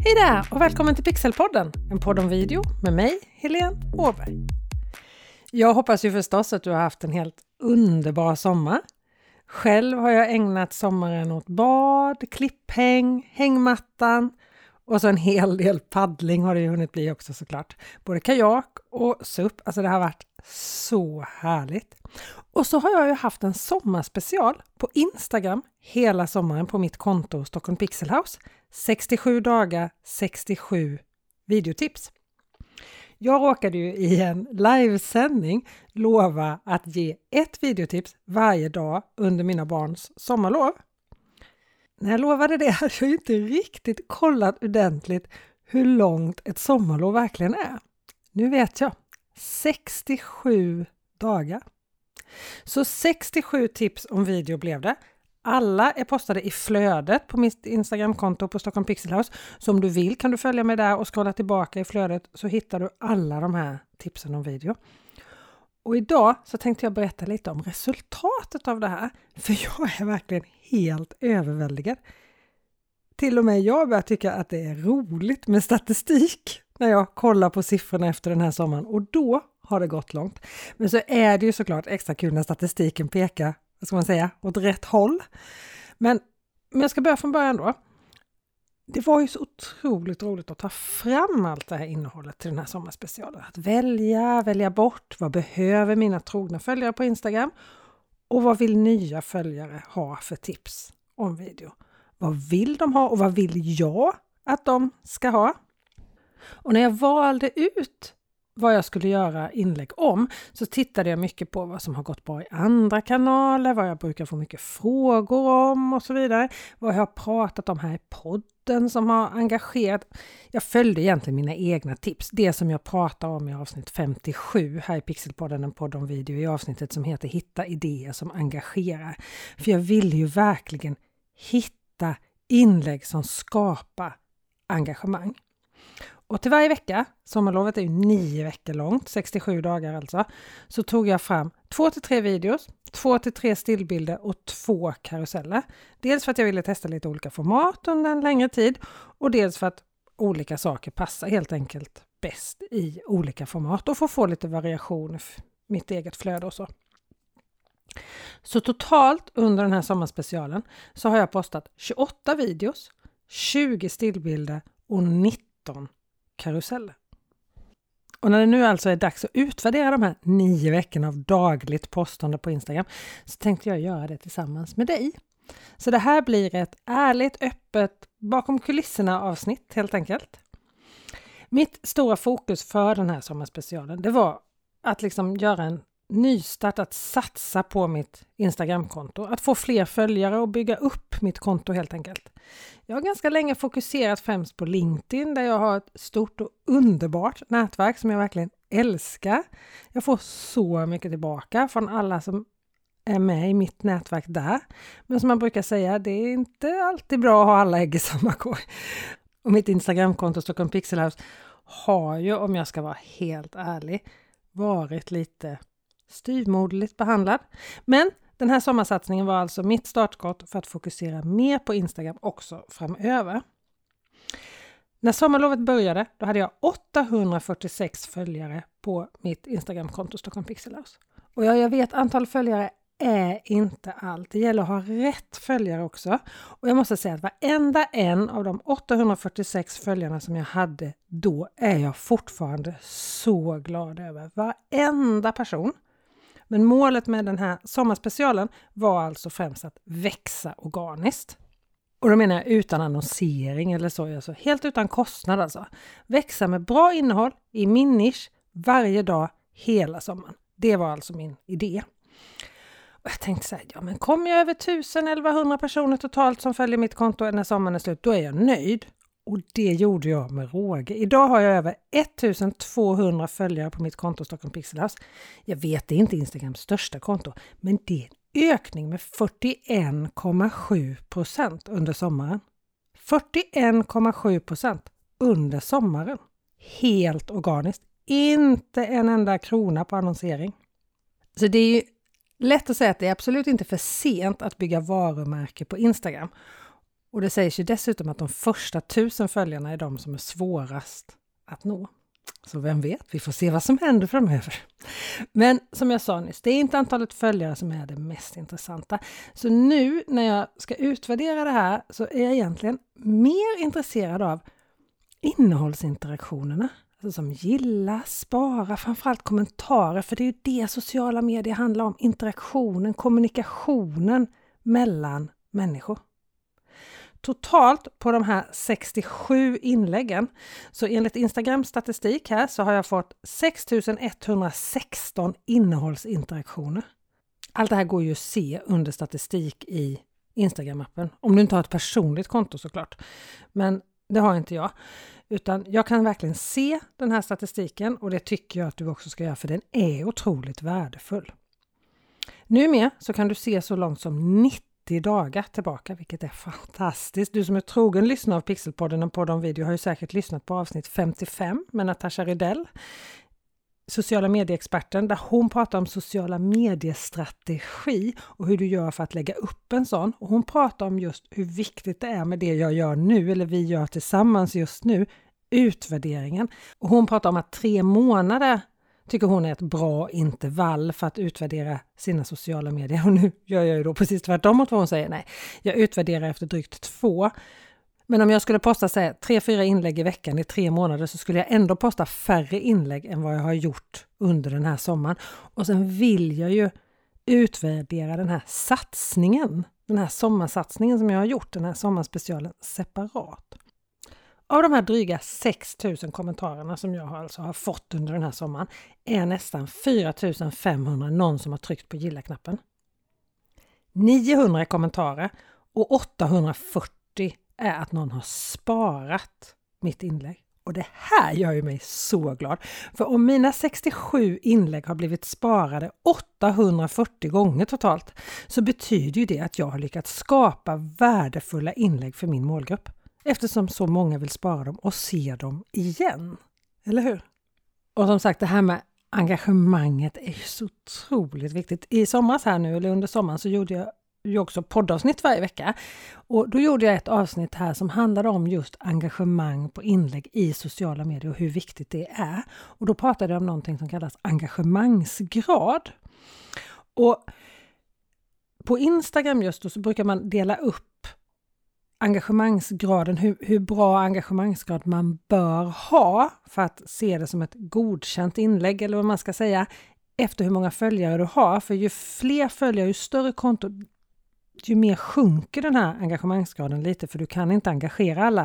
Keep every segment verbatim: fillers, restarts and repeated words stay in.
Hej där och välkommen till Pixelpodden, en podd om video med mig, Helene Åberg. Jag hoppas ju förstås att du har haft en helt underbar sommar. Själv har jag ägnat sommaren åt bad, klipphäng, hängmattan och så en hel del paddling har det ju hunnit bli också såklart. Både kajak och S U P, alltså det har varit så härligt. Och så har jag ju haft en sommarspecial på Instagram hela sommaren på mitt konto Stockholm Pixelhouse. sextiosju dagar, sextiosju videotips. Jag råkade ju i en livesändning lova att ge ett videotips varje dag under mina barns sommarlov. När jag lovade det hade jag inte riktigt kollat ordentligt hur långt ett sommarlov verkligen är. Nu vet jag. sextiosju dagar. Så sextiosju tips om video blev det. Alla är postade i flödet på mitt Instagramkonto på Stockholm Pixelhouse. Så om du vill kan du följa mig där och scrolla tillbaka i flödet så hittar du alla de här tipsen om video. Och idag så tänkte jag berätta lite om resultatet av det här. För jag är verkligen helt överväldigad. Till och med jag börjar tycka att det är roligt med statistik när jag kollar på siffrorna efter den här sommaren. Och då har det gått långt. Men så är det ju såklart extra kul när statistiken pekar, vad ska man säga, åt rätt håll. Men, men jag ska börja från början då. Det var ju så otroligt roligt att ta fram allt det här innehållet till den här sommarspecialen. Att välja, välja bort, vad behöver mina trogna följare på Instagram? Och vad vill nya följare ha för tips om video? Vad vill de ha och vad vill jag att de ska ha? Och när jag valde ut vad jag skulle göra inlägg om så tittade jag mycket på vad som har gått bra i andra kanaler, vad jag brukar få mycket frågor om och så vidare. Vad jag har pratat om här i podden som har engagerat. Jag följde egentligen mina egna tips. Det som jag pratar om i avsnitt femtiosju här i Pixelpodden, en podd om video i avsnittet som heter Hitta idéer som engagerar. För jag vill ju verkligen hitta inlägg som skapar engagemang. Och till varje vecka, sommarlovet är ju nio veckor långt, sextiosju dagar alltså, så tog jag fram två till tre videos, två till tre stillbilder och två karuseller. Dels för att jag ville testa lite olika format under en längre tid och dels för att olika saker passar helt enkelt bäst i olika format och få få lite variation i mitt eget flöde och så. Så totalt under den här sommarspecialen så har jag postat tjugoåtta videos, tjugo stillbilder och nitton karuseller. Och när det nu alltså är dags att utvärdera de här nio veckorna av dagligt postande på Instagram så tänkte jag göra det tillsammans med dig. Så det här blir ett ärligt, öppet, bakom kulisserna avsnitt helt enkelt. Mitt stora fokus för den här sommarspecialen det var att liksom göra en nystart, att satsa på mitt Instagramkonto. Att få fler följare och bygga upp mitt konto helt enkelt. Jag har ganska länge fokuserat främst på LinkedIn där jag har ett stort och underbart nätverk som jag verkligen älskar. Jag får så mycket tillbaka från alla som är med i mitt nätverk där. Men som man brukar säga, det är inte alltid bra att ha alla ägg i samma korg. Och mitt Instagramkonto Stockholm Pixelhouse har ju, om jag ska vara helt ärlig, varit lite styvmoderligt behandlad. Men den här sommarsatsningen var alltså mitt startskott för att fokusera mer på Instagram också framöver. När sommarlovet började då hade jag åttahundrafyrtiosex följare på mitt Instagramkonto Stockholm Pixelhouse. Och jag, jag vet antal följare är inte allt. Det gäller att ha rätt följare också. Och jag måste säga att varenda en av de åttahundrafyrtiosex följarna som jag hade då är jag fortfarande så glad över. Varenda person. Men målet med den här sommarspecialen var alltså främst att växa organiskt. Och då menar jag utan annonsering eller så. Alltså helt utan kostnad alltså. Växa med bra innehåll i min nisch varje dag hela sommaren. Det var alltså min idé. Och jag tänkte så här, ja men kommer jag över tusen till elvahundra personer totalt som följer mitt konto när sommaren är slut, då är jag nöjd. Och det gjorde jag med råge. Idag har jag över ettusentvåhundra följare på mitt konto Stockholm Pixelhouse. Jag vet det är inte Instagrams största konto, men det är en ökning med fyrtioen komma sju procent under sommaren. fyrtioen komma sju procent under sommaren. Helt organiskt. Inte en enda krona på annonsering. Så det är ju lätt att säga att det är absolut inte för sent att bygga varumärke på Instagram. Och det sägs ju dessutom att de första tusen följarna är de som är svårast att nå. Så vem vet, vi får se vad som händer framöver. Men som jag sa nyss, det är inte antalet följare som är det mest intressanta. Så nu när jag ska utvärdera det här så är jag egentligen mer intresserad av innehållsinteraktionerna. Alltså som gilla, spara, framförallt kommentarer. För det är ju det sociala medier handlar om. Interaktionen, kommunikationen mellan människor. Totalt på de här sextiosju inläggen, så enligt Instagrams statistik här så har jag fått sex tusen etthundrasexton innehållsinteraktioner. Allt det här går ju att se under statistik i Instagram-appen. Om du inte har ett personligt konto såklart. Men det har inte jag. Utan jag kan verkligen se den här statistiken och det tycker jag att du också ska göra för den är otroligt värdefull. Numera så kan du se så långt som nittio dagar tillbaka, vilket är fantastiskt. Du som är trogen lyssnare av Pixelpodden och på de video har ju säkert lyssnat på avsnitt femtiofem med Natasha Rydell, sociala medieexperten, där hon pratar om sociala mediestrategi och hur du gör för att lägga upp en sån. Och hon pratar om just hur viktigt det är med det jag gör nu, eller vi gör tillsammans just nu, utvärderingen. Och hon pratar om att tre månader tycker hon är ett bra intervall för att utvärdera sina sociala medier. Och nu gör jag ju då precis tvärtom mot vad hon säger. Nej, jag utvärderar efter drygt två. Men om jag skulle posta säg, tre, fyra inlägg i veckan i tre månader så skulle jag ändå posta färre inlägg än vad jag har gjort under den här sommaren. Och sen vill jag ju utvärdera den här satsningen, den här sommarsatsningen som jag har gjort, den här sommarspecialen separat. Av de här dryga sex tusen kommentarerna som jag alltså har fått under den här sommaren är nästan fyra tusen femhundra någon som har tryckt på gilla-knappen. niohundra kommentarer och åttahundrafyrtio är att någon har sparat mitt inlägg. Och det här gör ju mig så glad. För om mina sextiosju inlägg har blivit sparade åttahundrafyrtio gånger totalt så betyder ju det att jag har lyckats skapa värdefulla inlägg för min målgrupp. Eftersom så många vill spara dem och se dem igen. Eller hur? Och som sagt, det här med engagemanget är ju så otroligt viktigt. I somras här nu, eller under sommaren, så gjorde jag ju också poddavsnitt varje vecka. Och då gjorde jag ett avsnitt här som handlade om just engagemang på inlägg i sociala medier och hur viktigt det är. Och då pratade jag om någonting som kallas engagemangsgrad. Och på Instagram just då så brukar man dela upp engagemangsgraden, hur, hur bra engagemangsgrad man bör ha för att se det som ett godkänt inlägg, eller vad man ska säga, efter hur många följare du har. För ju fler följare, ju större konto, ju mer sjunker den här engagemangsgraden lite, för du kan inte engagera alla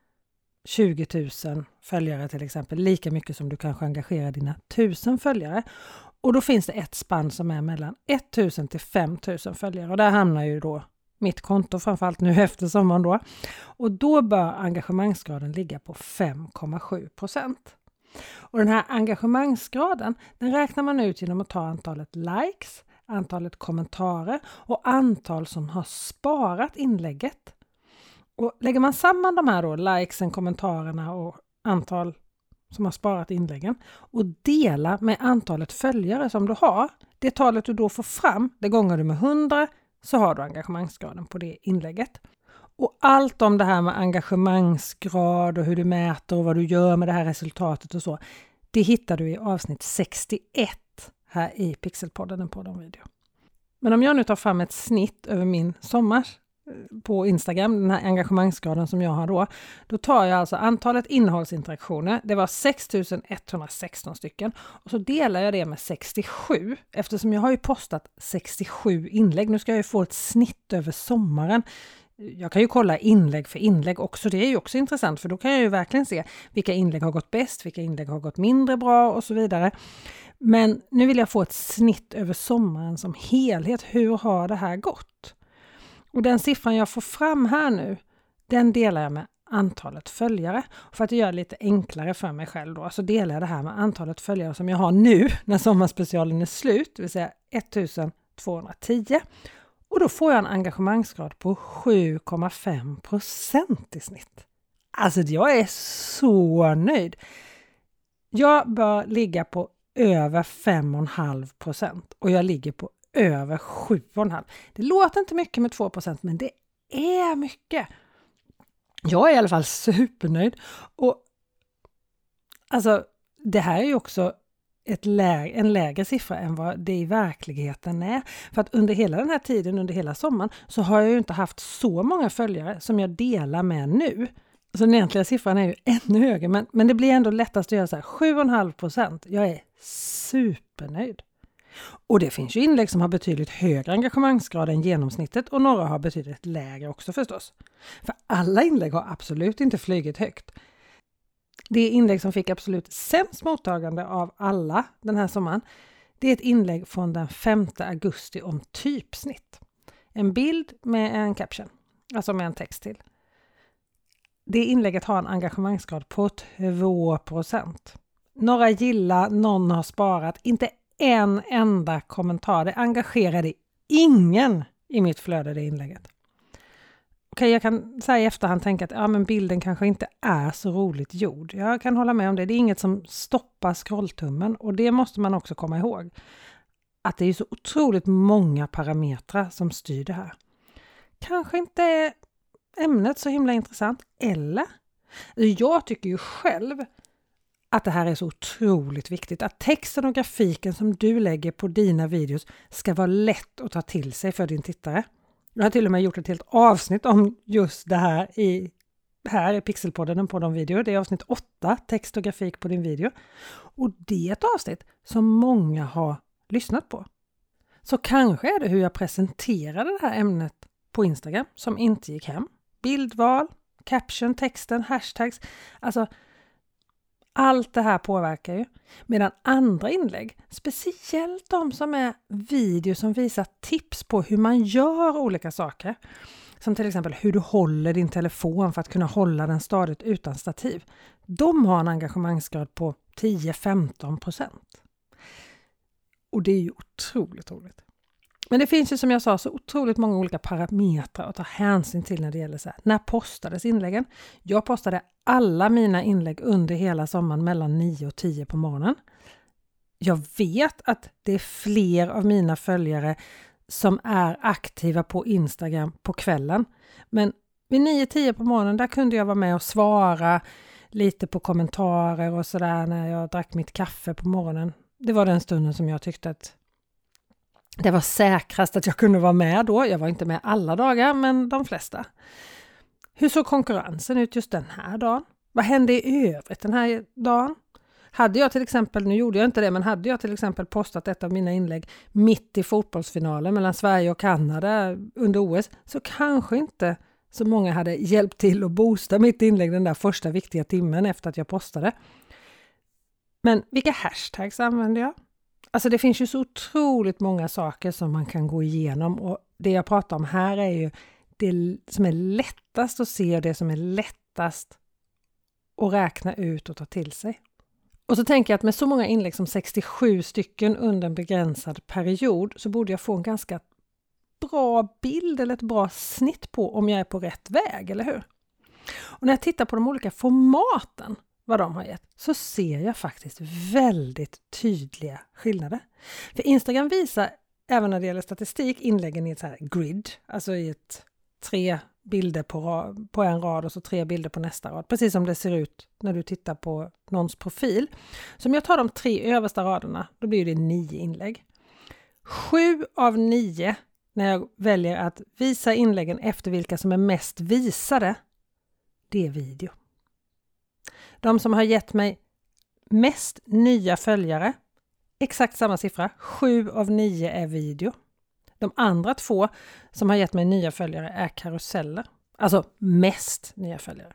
tjugo tusen följare till exempel, lika mycket som du kanske engagerar dina tusen följare. Och då finns det ett spann som är mellan tusen till fem tusen följare, och där hamnar ju då mitt konto framförallt nu efter sommaren då. Och då bör engagemangsgraden ligga på fem komma sju procent. Och den här engagemangsgraden, den räknar man ut genom att ta antalet likes, antalet kommentarer och antal som har sparat inlägget. Och lägger man samman de här då, likesen, kommentarerna och antal som har sparat inläggen och delar med antalet följare som du har, det talet du då får fram, det gånger du med hundra, så har du engagemangsgraden på det inlägget. Och allt om det här med engagemangsgrad och hur du mäter och vad du gör med det här resultatet och så, det hittar du i avsnitt sextioett här i Pixelpodden, en podd om video. Men om jag nu tar fram ett snitt över min sommar på Instagram, den här engagemangsgraden som jag har då, då tar jag alltså antalet innehållsinteraktioner, det var sex tusen etthundrasexton stycken, och så delar jag det med sextiosju, eftersom jag har ju postat sextiosju inlägg. Nu ska jag ju få ett snitt över sommaren. Jag kan ju kolla inlägg för inlägg också, det är ju också intressant, för då kan jag ju verkligen se vilka inlägg har gått bäst, vilka inlägg har gått mindre bra och så vidare. Men nu vill jag få ett snitt över sommaren som helhet. Hur har det här gått? Och den siffran jag får fram här nu, den delar jag med antalet följare. För att göra det lite enklare för mig själv då, så delar jag det här med antalet följare som jag har nu när sommarspecialen är slut, det vill säga ettusen tvåhundratio. Och då får jag en engagemangsgrad på sju komma fem procent i snitt. Alltså jag är så nöjd. Jag bör ligga på över fem komma fem procent och jag ligger på över sju komma fem. Det låter inte mycket med två procent, men det är mycket. Jag är i alla fall supernöjd. Och alltså, det här är ju också ett lä- en lägre siffra än vad det i verkligheten är. För att under hela den här tiden, under hela sommaren, så har jag ju inte haft så många följare som jag delar med nu. Så den egentliga siffran är ju ännu högre, men, men det blir ändå lättast att göra så här, sju komma fem procent. Jag är supernöjd. Och det finns ju inlägg som har betydligt högre engagemangsgrad än genomsnittet och några har betydligt lägre också förstås. För alla inlägg har absolut inte flugit högt. Det inlägg som fick absolut sämst mottagande av alla den här sommaren, det är ett inlägg från den femte augusti om typsnitt. En bild med en caption, alltså med en text till. Det inlägget har en engagemangsgrad på två procent. Några gillar, någon har sparat, inte en enda kommentar. Det engagerade ingen i mitt flöde, det inlägget. Okej, jag kan säga i efterhand tänka att ja, men bilden kanske inte är så roligt gjord. Jag kan hålla med om det. Det är inget som stoppar scrolltummen och det måste man också komma ihåg. Att det är så otroligt många parametrar som styr det här. Kanske inte är ämnet så himla intressant, eller? Jag tycker ju själv att det här är så otroligt viktigt. Att texten och grafiken som du lägger på dina videos ska vara lätt att ta till sig för din tittare. Jag har till och med gjort ett helt avsnitt om just det här i, här i Pixelpodden på de videor. Det är avsnitt åtta, text och grafik på din video. Och det är ett avsnitt som många har lyssnat på. Så kanske är det hur jag presenterade det här ämnet på Instagram som inte gick hem. Bildval, caption, texten, hashtags. Alltså allt det här påverkar ju. Medan andra inlägg, speciellt de som är videor som visar tips på hur man gör olika saker. Som till exempel hur du håller din telefon för att kunna hålla den stadigt utan stativ. De har en engagemangsgrad på tio till femton procent. Och det är ju otroligt roligt. Men det finns ju som jag sa så otroligt många olika parametrar att ta hänsyn till när det gäller så här. När postades inläggen? Jag postade alla mina inlägg under hela sommaren mellan nio och tio på morgonen. Jag vet att det är fler av mina följare som är aktiva på Instagram på kvällen. Men vid nio till tio på morgonen där kunde jag vara med och svara lite på kommentarer och sådär när jag drack mitt kaffe på morgonen. Det var den stunden som jag tyckte att det var säkrast att jag kunde vara med då. Jag var inte med alla dagar, men de flesta. Hur såg konkurrensen ut just den här dagen? Vad hände i övrigt den här dagen? Hade jag till exempel, nu gjorde jag inte det, men hade jag till exempel postat ett av mina inlägg mitt i fotbollsfinalen mellan Sverige och Kanada under O S, så kanske inte så många hade hjälpt till att boosta mitt inlägg den där första viktiga timmen efter att jag postade. Men vilka hashtags använde jag? Alltså det finns ju så otroligt många saker som man kan gå igenom och det jag pratar om här är ju det som är lättast att se och det som är lättast att räkna ut och ta till sig. Och så tänker jag att med så många inlägg som sextiosju stycken under en begränsad period så borde jag få en ganska bra bild eller ett bra snitt på om jag är på rätt väg, eller hur? Och när jag tittar på de olika formaten vad de har gett, så ser jag faktiskt väldigt tydliga skillnader. För Instagram visar, även när det gäller statistik, inläggen i ett så här grid, alltså i ett tre bilder på, rad, på en rad och så tre bilder på nästa rad, precis som det ser ut när du tittar på någons profil. Så om jag tar de tre översta raderna, då blir det nio inlägg. Sju av nio, när jag väljer att visa inläggen efter vilka som är mest visade, det är video. De som har gett mig mest nya följare, exakt samma siffra, sju av nio är video. De andra två som har gett mig nya följare är karuseller, alltså mest nya följare.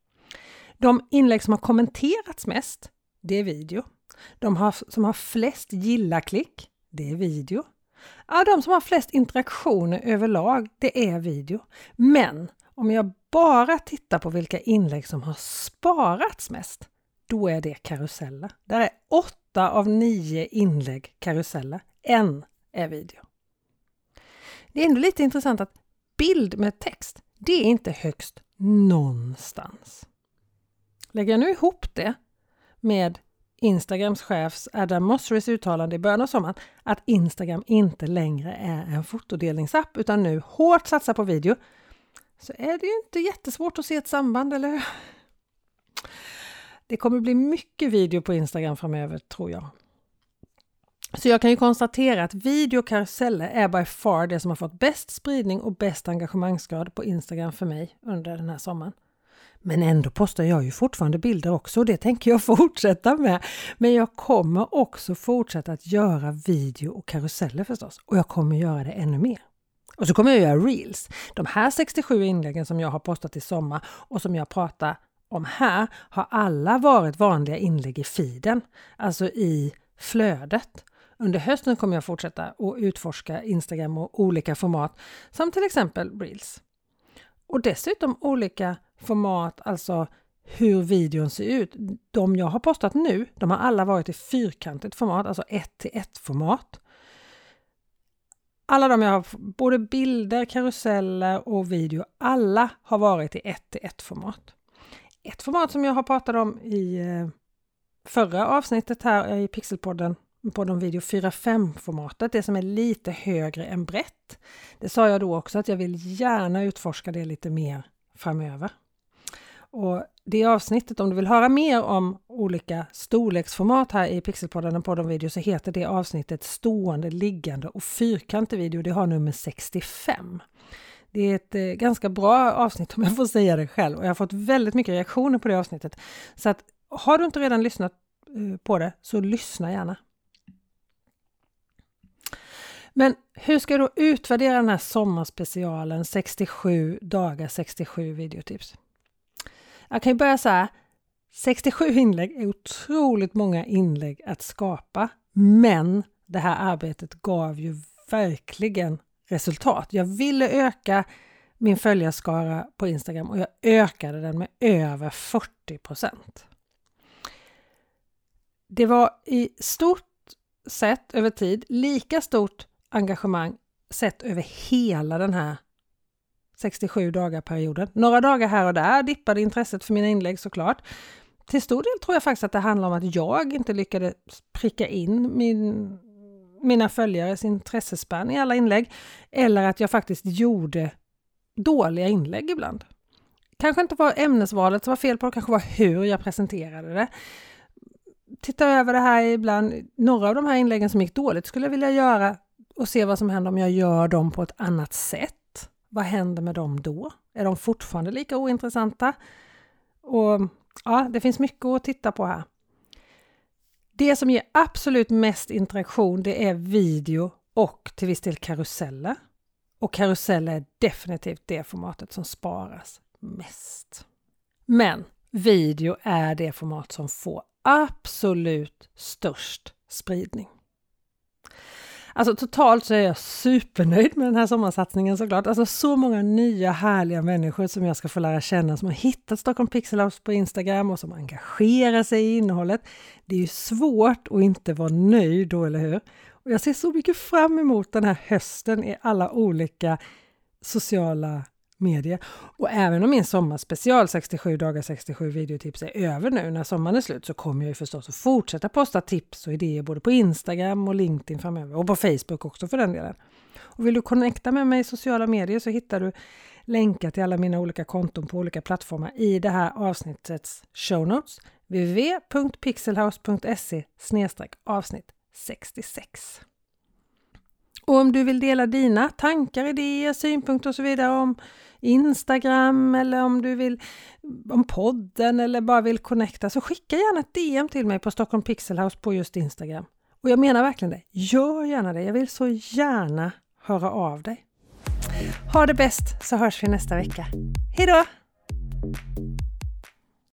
De inlägg som har kommenterats mest, det är video. De har, som har flest gilla-klick, det är video. Ja, de som har flest interaktioner överlag, det är video. Men om jag bara tittar på vilka inlägg som har sparats mest, då är det karuseller. Där är åtta av nio inlägg karuseller. En är video. Det är ändå lite intressant att bild med text, det är inte högst någonstans. Lägger jag nu ihop det med Instagrams chefs Adam Mosseri's uttalande i början av sommaren att Instagram inte längre är en fotodelningsapp utan nu hårt satsar på video, så är det ju inte jättesvårt att se ett samband, eller hur? Det kommer bli mycket video på Instagram framöver, tror jag. Så jag kan ju konstatera att videokaruseller är by far det som har fått bäst spridning och bäst engagemangsgrad på Instagram för mig under den här sommaren. Men ändå postar jag ju fortfarande bilder också och det tänker jag fortsätta med. Men jag kommer också fortsätta att göra video och karuseller förstås. Och jag kommer göra det ännu mer. Och så kommer jag göra reels. De här sextiosju inläggen som jag har postat i sommar och som jag pratar om här har alla varit vanliga inlägg i feeden. Alltså i flödet. Under hösten kommer jag fortsätta att utforska Instagram och olika format som till exempel reels. Och dessutom olika format, alltså hur videon ser ut. De jag har postat nu, de har alla varit i fyrkantigt format, alltså ett till ett format. Alla de jag har, både bilder, karuseller och video, alla har varit i ett till ett format. Ett format som jag har pratat om i förra avsnittet här i Pixelpodden, på de video fyra fem formatet, det som är lite högre än brett. Det sa jag då också att jag vill gärna utforska det lite mer framöver. Och det avsnittet, om du vill höra mer om olika storleksformat här i Pixelpodden på de video, så heter det avsnittet stående, liggande och fyrkantig video. Det har nummer sextiofem. Det är ett eh, ganska bra avsnitt om jag får säga det själv. Och jag har fått väldigt mycket reaktioner på det avsnittet. Så att har du inte redan lyssnat eh, på det, så lyssna gärna. Men hur ska du utvärdera den här sommarspecialen sextiosju dagar, sextiosju videotips? Jag kan ju börja så här. sextiosju inlägg är otroligt många inlägg att skapa. Men det här arbetet gav ju verkligen resultat. Jag ville öka min följarskara på Instagram och jag ökade den med över fyrtio procent. Det var i stort sett över tid lika stort engagemang sett över hela den här sextiosju dagar perioden. Några dagar här och där dippade intresset för mina inlägg såklart. Till stor del tror jag faktiskt att det handlar om att jag inte lyckades pricka in min, mina följares intressespann i alla inlägg. Eller att jag faktiskt gjorde dåliga inlägg ibland. Kanske inte var ämnesvalet som var fel på, det kanske var hur jag presenterade det. Titta över det här ibland. Några av de här inläggen som gick dåligt skulle jag vilja göra och se vad som händer om jag gör dem på ett annat sätt. Vad händer med dem då? Är de fortfarande lika ointressanta? Och ja, det finns mycket att titta på här. Det som ger absolut mest interaktion, det är video och till viss del karuseller. Och karuseller är definitivt det formatet som sparas mest. Men video är det format som får absolut störst spridning. Alltså totalt så är jag supernöjd med den här sommarsatsningen såklart. Alltså så många nya härliga människor som jag ska få lära känna, som har hittat Stockholm Pixel House på Instagram och som engagerar sig i innehållet. Det är ju svårt att inte vara nöjd då, eller hur? Och jag ser så mycket fram emot den här hösten i alla olika sociala medier. Och även om min sommarspecial sextiosju dagar sextiosju videotips är över nu när sommaren är slut, så kommer jag ju förstås att fortsätta posta tips och idéer både på Instagram och LinkedIn framöver och på Facebook också för den delen. Och vill du connecta med mig i sociala medier så hittar du länkar till alla mina olika konton på olika plattformar i det här avsnittets show notes w w w punkt pixelhouse punkt se slash avsnitt sextiosex. Och om du vill dela dina tankar, idéer, synpunkter och så vidare om Instagram eller om du vill om podden eller bara vill connecta, så skicka gärna ett D M till mig på Stockholm Pixel House på just Instagram. Och jag menar verkligen det. Gör gärna det. Jag vill så gärna höra av dig. Ha det bäst, så hörs vi nästa vecka. Hej då!